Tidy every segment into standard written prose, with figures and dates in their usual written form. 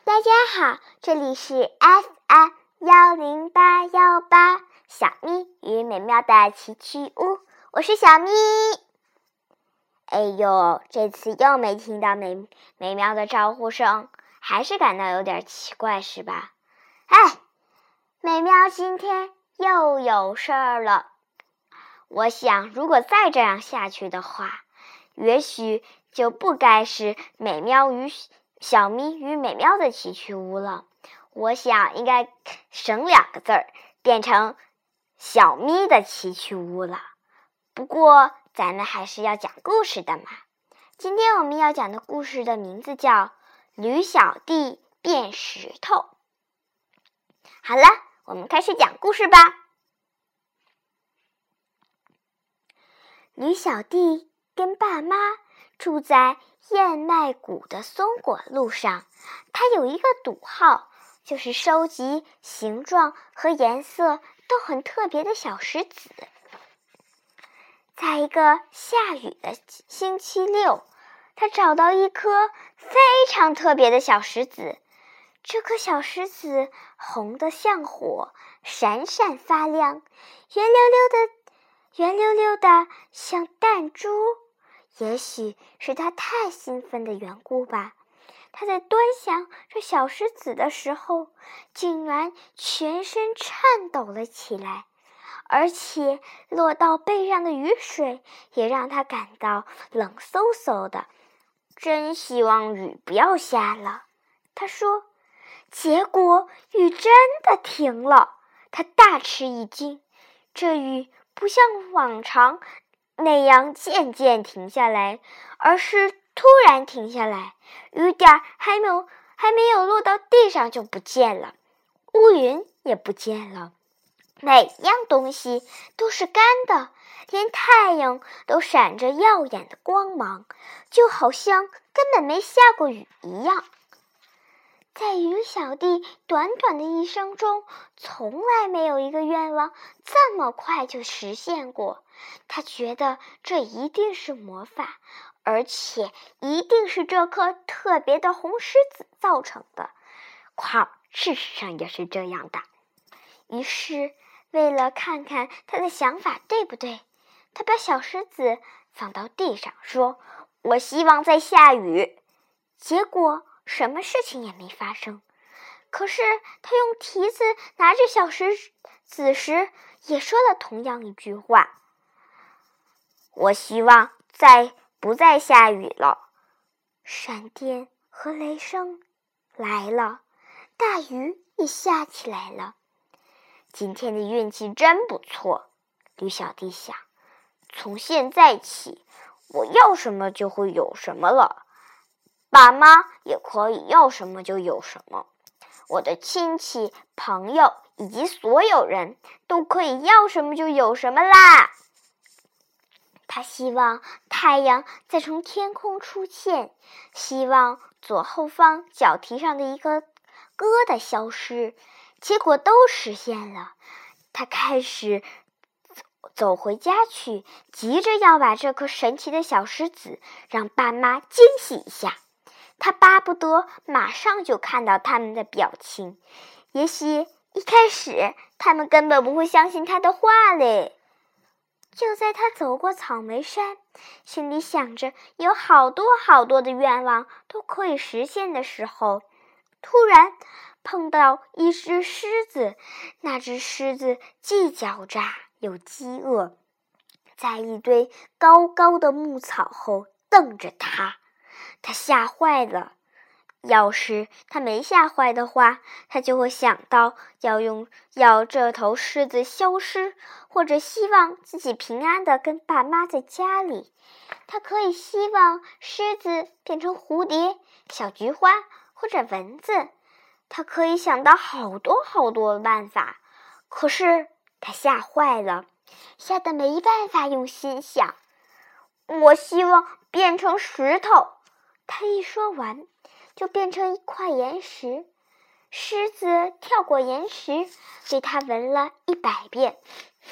大家好，这里是 FM10818 小咪与美妙的奇趣屋，我是小咪。哎呦，这次又没听到美妙的招呼声，还是感到有点奇怪是吧？美妙今天又有事儿了。我想如果再这样下去的话，也许就不该是小咪与美妙的奇趣屋了。我想应该省2个字儿，变成小咪的奇趣屋了。不过咱们还是要讲故事的嘛。今天我们要讲的故事的名字叫《驴小弟变石头》。好了，我们开始讲故事吧。驴小弟跟爸妈住在燕麦谷的松果路上，他有一个赌号，就是收集形状和颜色都很特别的小石子。在一个下雨的星期六，他找到一颗非常特别的小石子。这颗小石子红得像火，闪闪发亮，圆溜溜的像弹珠。也许是他太兴奋的缘故吧，他在端详这小石子的时候，竟然全身颤抖了起来，而且落到背上的雨水也让他感到冷飕飕的。真希望雨不要下了，他说。结果雨真的停了，他大吃一惊。这雨不像往常那样渐渐停下来，而是突然停下来，雨点还没有落到地上就不见了，乌云也不见了，每样东西都是干的，连太阳都闪着耀眼的光芒，就好像根本没下过雨一样。在驴小弟短短的一生中，从来没有一个愿望这么快就实现过。他觉得这一定是魔法，而且一定是这颗特别的红石子造成的。事实上也是这样的。于是，为了看看他的想法对不对，他把小石子放到地上，说：“我希望在下雨。”结果什么事情也没发生。可是他用蹄子拿着小石子时，也说了同样一句话：“我希望不再下雨了。”闪电和雷声来了，大雨也下起来了。今天的运气真不错，驴小弟想。从现在起，我要什么就会有什么了。爸妈也可以要什么就有什么，我的亲戚、朋友以及所有人都可以要什么就有什么啦。他希望太阳再从天空出现，希望左后方脚蹄上的一个疙瘩消失，结果都实现了。他开始走回家去，急着要把这颗神奇的小石子让爸妈惊喜一下。他巴不得马上就看到他们的表情，也许一开始他们根本不会相信他的话嘞。就在他走过草莓山，心里想着有好多好多的愿望都可以实现的时候，突然碰到一只狮子。那只狮子既狡诈又饥饿，在一堆高高的牧草后瞪着他。他吓坏了，要是他没吓坏的话，他就会想到要这头狮子消失，或者希望自己平安地跟爸妈在家里。他可以希望狮子变成蝴蝶、小菊花或者蚊子，他可以想到好多好多的办法。可是他吓坏了，吓得没办法用心想。我希望变成石头。他一说完，就变成一块岩石。狮子跳过岩石，对他闻了100遍，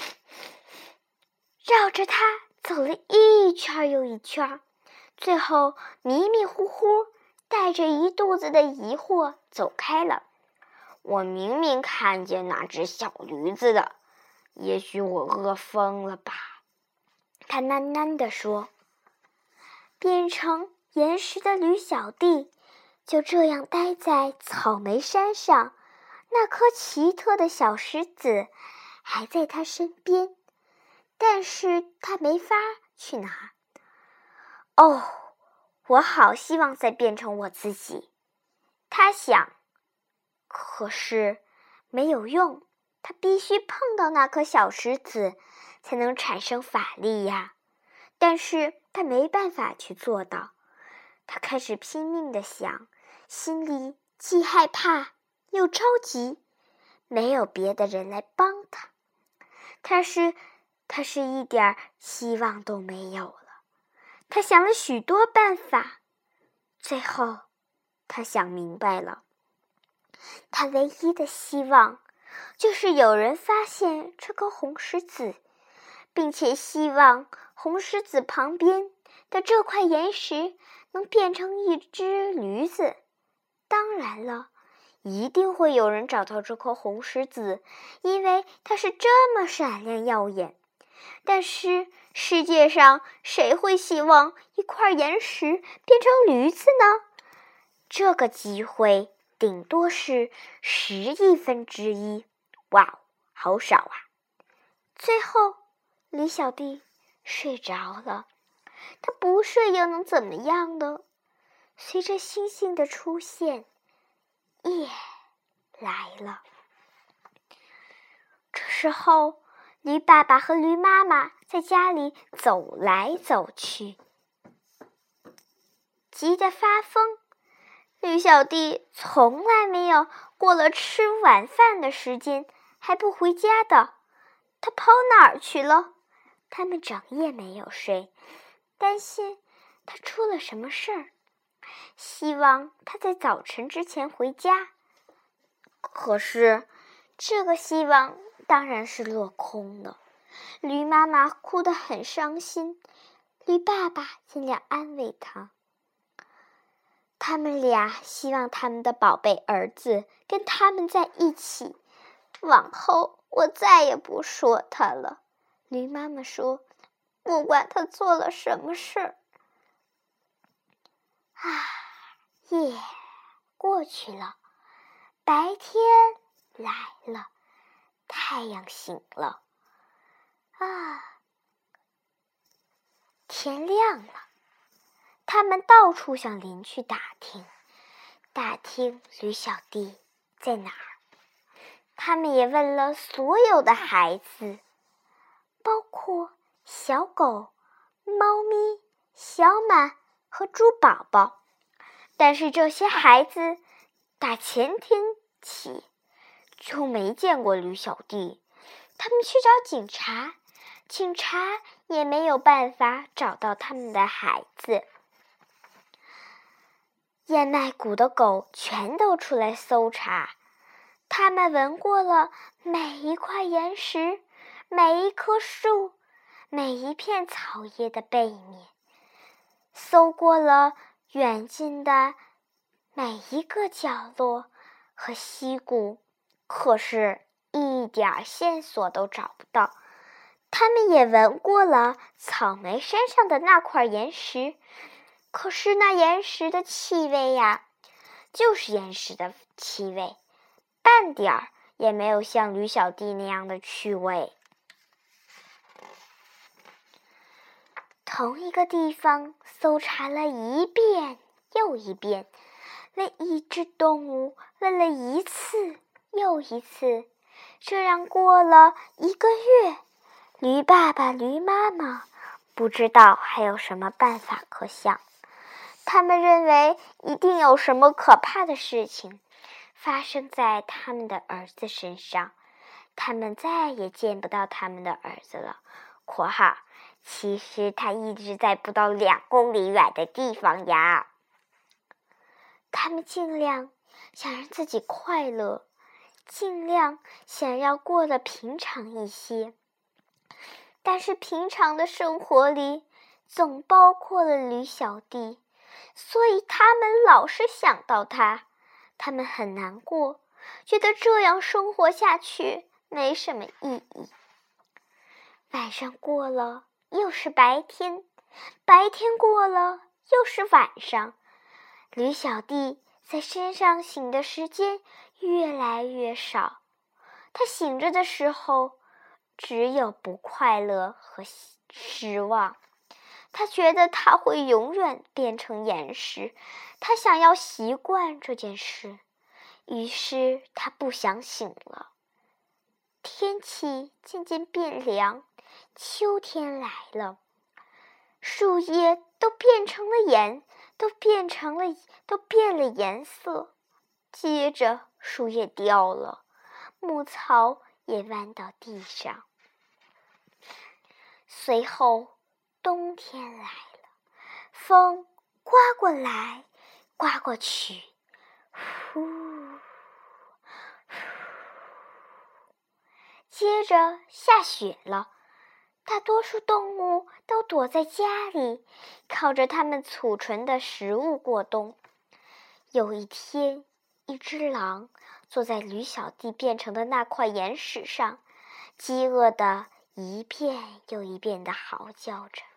绕着他走了一圈又一圈，最后迷迷糊糊带着一肚子的疑惑走开了。我明明看见那只小驴子的，也许我饿疯了吧？他喃喃地说。变成岩石的驴小弟就这样待在草莓山上，那颗奇特的小石子还在他身边，但是他没法去拿。哦，我好希望再变成我自己，他想。可是没有用，他必须碰到那颗小石子才能产生法力呀。但是他没办法去做到。他开始拼命地想，心里既害怕又着急，没有别的人来帮他，他是一点希望都没有了。他想了许多办法，最后他想明白了，他唯一的希望就是有人发现这颗红石子，并且希望红石子旁边的这块岩石能变成一只驴子。当然了，一定会有人找到这颗红石子，因为它是这么闪亮耀眼。但是世界上谁会希望一块岩石变成驴子呢？这个机会顶多是1/1000,000,000。哇，好少啊！最后，驴小弟睡着了。他不睡又能怎么样呢？随着星星的出现，夜来了。这时候，驴爸爸和驴妈妈在家里走来走去，急得发疯。驴小弟从来没有过了吃晚饭的时间还不回家的。他跑哪儿去了？他们整夜没有睡，担心他出了什么事儿，希望他在早晨之前回家。可是这个希望当然是落空了。驴妈妈哭得很伤心，驴爸爸尽量安慰她。他们俩希望他们的宝贝儿子跟他们在一起。往后我再也不说他了，驴妈妈说，不管他做了什么事儿。夜过去了，白天来了，太阳醒了。天亮了。他们到处向邻居打听驴小弟在哪儿。他们也问了所有的孩子，包括小狗、猫咪、小马和猪宝宝。但是这些孩子打前天起就没见过驴小弟。他们去找警察，警察也没有办法找到他们的孩子。燕麦谷的狗全都出来搜查，他们闻过了每一块岩石，每一棵树，每一片草叶的背面，搜过了远近的每一个角落和溪谷，可是一点线索都找不到。他们也闻过了草莓山上的那块岩石，可是那岩石的气味呀，就是岩石的气味，半点儿也没有像驴小弟那样的趣味。同一个地方搜查了一遍又一遍，为一只动物问了一次又一次，这样过了1个月。驴爸爸、驴妈妈不知道还有什么办法可想，他们认为一定有什么可怕的事情发生在他们的儿子身上，他们再也见不到他们的儿子了。括号，其实他一直在不到2公里远的地方呀。他们尽量想让自己快乐，尽量想要过得平常一些，但是平常的生活里总包括了驴小弟， 所以他们老是想到他。他们很难过，觉得这样生活下去没什么意义。晚上过了，又是白天，白天过了，又是晚上。驴小弟在山上醒的时间越来越少，他醒着的时候，只有不快乐和失望。他觉得他会永远变成岩石，他想要习惯这件事，于是他不想醒了。天气渐渐变凉，秋天来了，树叶都变了颜色。接着树叶掉了，牧草也弯到地上。随后冬天来了，风刮过来，刮过去，呼呼。接着下雪了，大多数动物都躲在家里，靠着它们储存的食物过冬。有一天，一只狼坐在驴小弟变成的那块岩石上，饥饿的一遍又一遍地嚎叫着。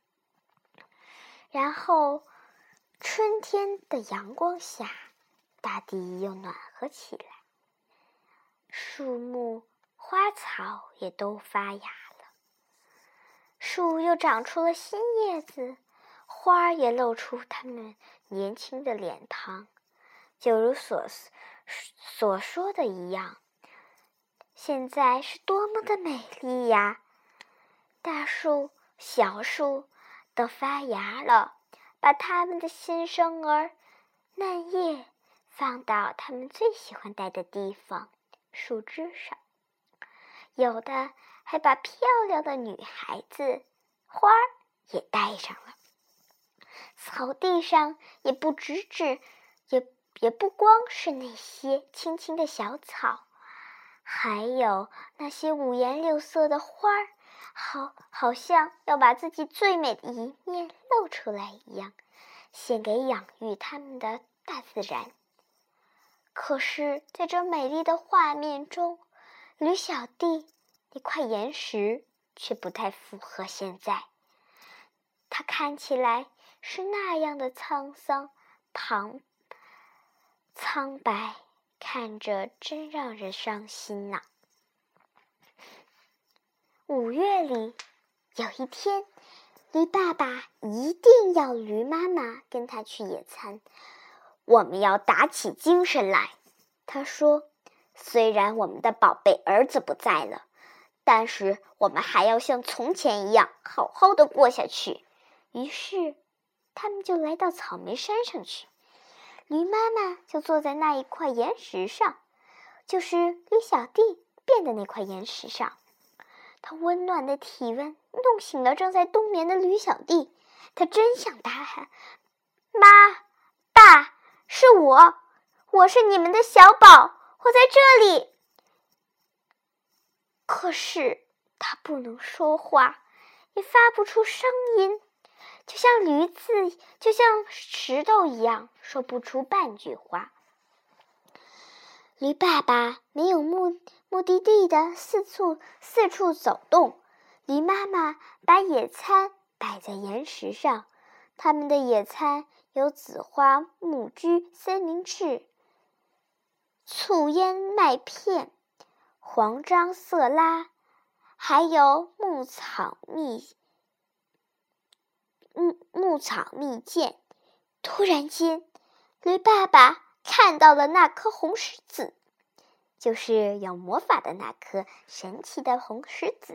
然后，春天的阳光下，大地又暖和起来，树木、花草也都发芽了，树又长出了新叶子，花儿也露出它们年轻的脸庞。就如所说的一样，现在是多么的美丽呀！大树、小树都发芽了，把它们的新生儿嫩叶放到它们最喜欢待的地方——树枝上。有的还把漂亮的女孩子、花儿也带上了。草地上也不光是那些青青的小草，还有那些五颜六色的花儿，好像要把自己最美的一面露出来一样，献给养育它们的大自然。可是在这美丽的画面中，驴小弟那块岩石却不太符合现在。它看起来是那样的沧白，看着真让人伤心呐。5月里，有一天，驴爸爸一定要驴妈妈跟他去野餐。我们要打起精神来，他说，虽然我们的宝贝儿子不在了，但是我们还要像从前一样好好的过下去。于是他们就来到草莓山上去，驴妈妈就坐在那一块岩石上，就是驴小弟变的那块岩石上。他温暖的体温弄醒了正在冬眠的驴小弟，他真想大喊：妈，爸，是我是你们的小宝，我在这里。可是他不能说话，也发不出声音，就像驴子，就像石头一样，说不出半句话。驴爸爸没有目的地的四处走动，驴妈妈把野餐摆在岩石上，他们的野餐有紫花木居三明治、醋腌麦片、黄樟色拉，还有牧草蜜饯。突然间，驴爸爸看到了那颗红石子，就是有魔法的那颗神奇的红石子。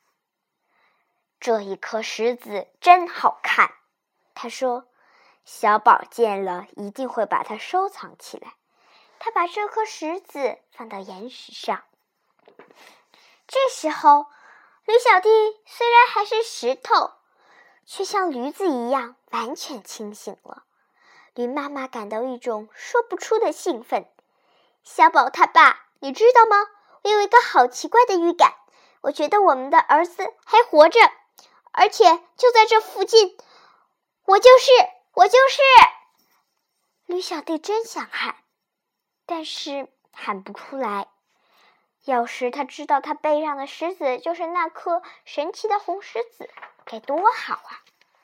这一颗石子真好看，他说，小宝见了一定会把它收藏起来。他把这颗石子放到岩石上。这时候，驴小弟虽然还是石头，却像驴子一样完全清醒了。驴妈妈感到一种说不出的兴奋。小宝他爸，你知道吗？我有一个好奇怪的预感，我觉得我们的儿子还活着，而且就在这附近。我我就是！”驴小弟真想喊，但是喊不出来。要是他知道他背上的石子就是那颗神奇的红石子，该多好啊！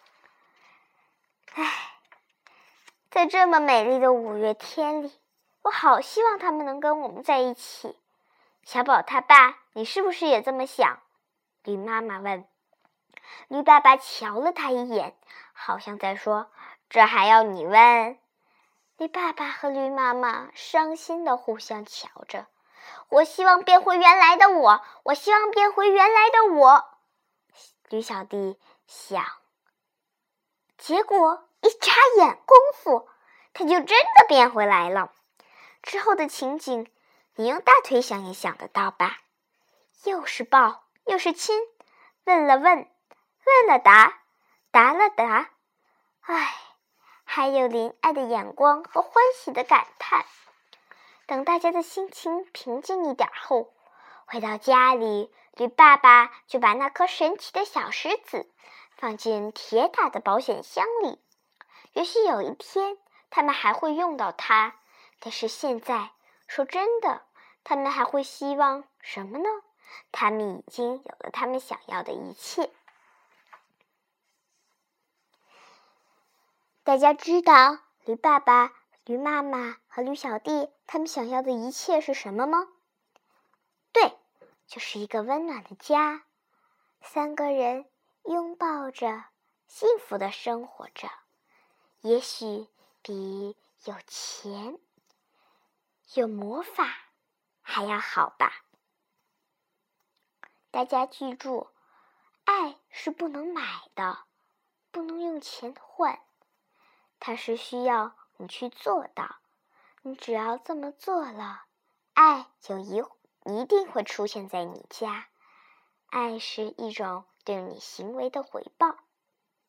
唉，在这么美丽的5月天里，我好希望他们能跟我们在一起。小宝他爸，你是不是也这么想？驴妈妈问。驴爸爸瞧了他一眼，好像在说：“这还要你问？”驴爸爸和驴妈妈伤心地互相瞧着。我希望变回原来的我，我希望变回原来的我。驴小弟想，结果一眨眼功夫，他就真的变回来了。之后的情景，你用大腿想也想得到吧？又是抱，又是亲，问了问，问了答，答了答，唉，还有怜爱的眼光和欢喜的感叹。等大家的心情平静一点后，回到家里，驴爸爸就把那颗神奇的小石子放进铁打的保险箱里。也许有一天他们还会用到它，但是现在，说真的，他们还会希望什么呢？他们已经有了他们想要的一切。大家知道驴爸爸、驴妈妈和驴小弟他们想要的一切是什么吗？对，就是一个温暖的家，3个人拥抱着幸福的生活着，也许比有钱有魔法还要好吧。大家记住，爱是不能买的，不能用钱换，它是需要你去做到。你只要这么做了，爱就一定会出现在你家。爱是一种对你行为的回报。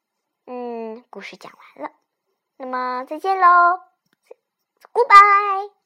故事讲完了，那么再见喽 ，Goodbye。